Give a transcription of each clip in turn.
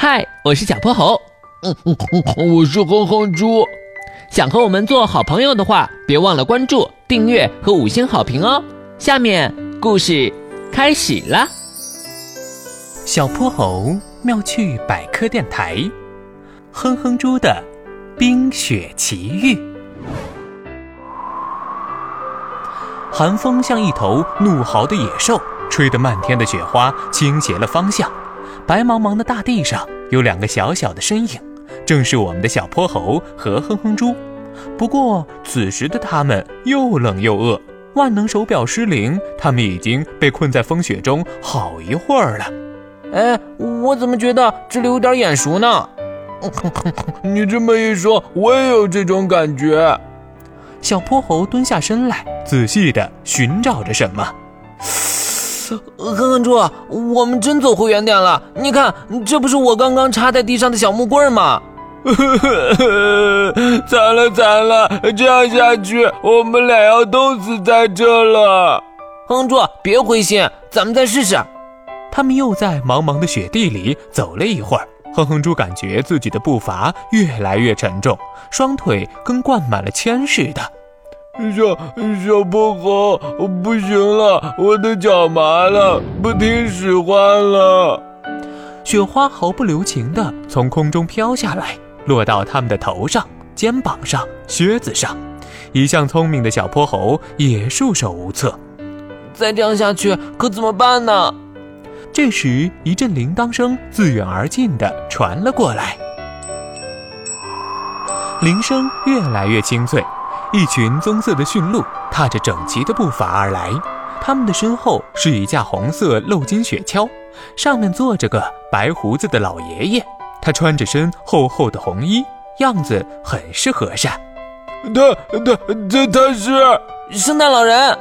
嗨，我是小泼猴。 我是哼哼猪。 想和我们做好朋友的话，别忘了关注、订阅和5星好评哦。下面故事开始啦。 小泼猴妙趣百科电台，哼哼猪的冰雪奇遇。寒风像一头怒嚎的野兽，吹得漫天的雪花倾斜了方向。白茫茫的大地上有2个小小的身影，正是我们的小泼猴和哼哼猪。不过此时的他们又冷又饿，万能手表失灵，他们已经被困在风雪中好一会儿了。 我怎么觉得这里有点眼熟呢？ 你这么一说，我也有这种感觉。 小泼猴蹲下身来，仔细地寻找着什么。 哼哼猪，我们真走回原点了。你看，这不是我刚刚插在地上的小木棍吗？ 惨了，这样下去我们俩要冻死在这了。 哼哼猪，别灰心，咱们再试试。 他们又在茫茫的雪地里走了一会儿，哼哼猪感觉自己的步伐越来越沉重，双腿跟灌满了铅似的。 小泼猴，不行了，我的脚麻了，不听使唤了。 雪花毫不留情地从空中飘下来，落到他们的头上、肩膀上、靴子上。一向聪明的小泼猴也束手无策。 再这样下去可怎么办呢？ 这时一阵铃铛声自远而近地传了过来，铃声越来越清脆，一群棕色的驯鹿踏着整齐的步伐而来，他们的身后是一架红色镂金雪橇，上面坐着个白胡子的老爷爷，他穿着身厚厚的红衣，样子很是和善。 他是圣诞老人。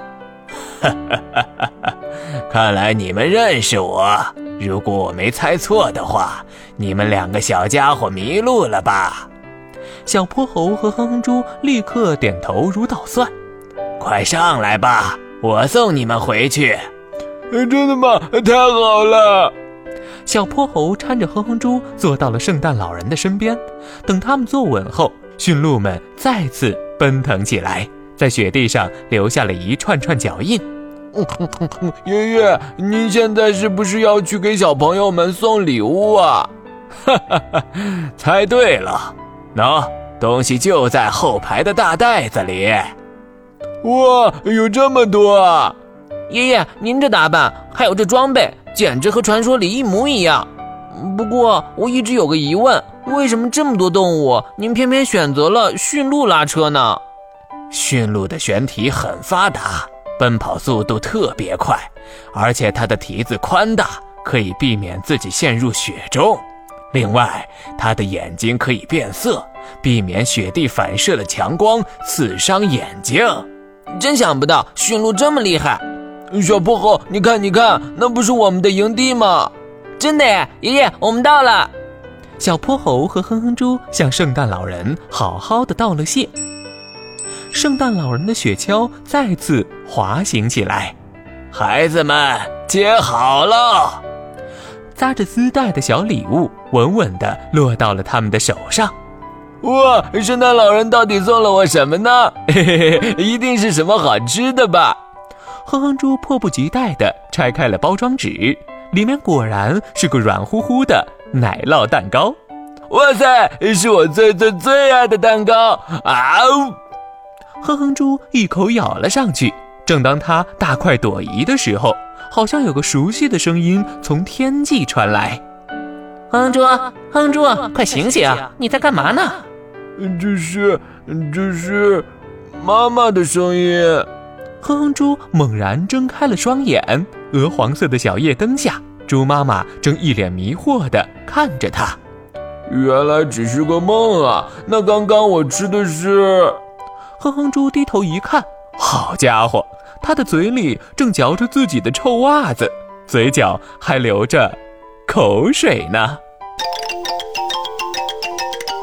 看来你们认识我，如果我没猜错的话，你们2个小家伙迷路了吧？ 小泼猴和哼哼猪立刻点头如捣蒜。 快上来吧，我送你们回去。 真的吗？太好了。 小泼猴搀着哼哼猪坐到了圣诞老人的身边，等他们坐稳后，驯鹿们再次奔腾起来，在雪地上留下了一串串脚印。 爷爷，您现在是不是要去给小朋友们送礼物啊？ 猜对了，东西就在后排的大袋子里。 哇，有这么多啊！ 爷爷，您这打扮还有这装备，简直和传说里一模一样。不过我一直有个疑问，为什么这么多动物，您偏偏选择了驯鹿拉车呢？ 驯鹿的旋蹄很发达，奔跑速度特别快，而且它的蹄子宽大，可以避免自己陷入雪中。另外，它的眼睛可以变色，避免雪地反射的强光刺伤眼睛。 真想不到驯鹿这么厉害。 小泼猴，你看，那不是我们的营地吗？ 真的耶，爷爷，我们到了。 小泼猴和哼哼猪向圣诞老人好好的道了谢。圣诞老人的雪橇再次滑行起来， 孩子们接好了。 扎着丝带的小礼物稳稳地落到了他们的手上。 哇，圣诞老人到底送了我什么呢？一定是什么好吃的吧。 哼哼猪迫不及待地拆开了包装纸，里面果然是个软乎乎的奶酪蛋糕。 哇塞，是我最爱的蛋糕啊！ 哼哼猪一口咬了上去，正当他大快朵颐的时候，好像有个熟悉的声音从天际传来。 哼哼猪，快醒醒，你在干嘛呢？ 这是妈妈的声音。 哼哼猪猛然睁开了双眼，鹅黄色的小夜灯下，猪妈妈正一脸迷惑地看着他。 原来只是个梦啊，那刚刚我吃的是…… 哼哼猪低头一看，好家伙，他的嘴里正嚼着自己的臭袜子，嘴角还流着口水呢。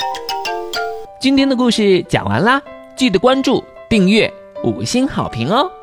今天的故事讲完啦，记得关注、订阅、5星好评哦。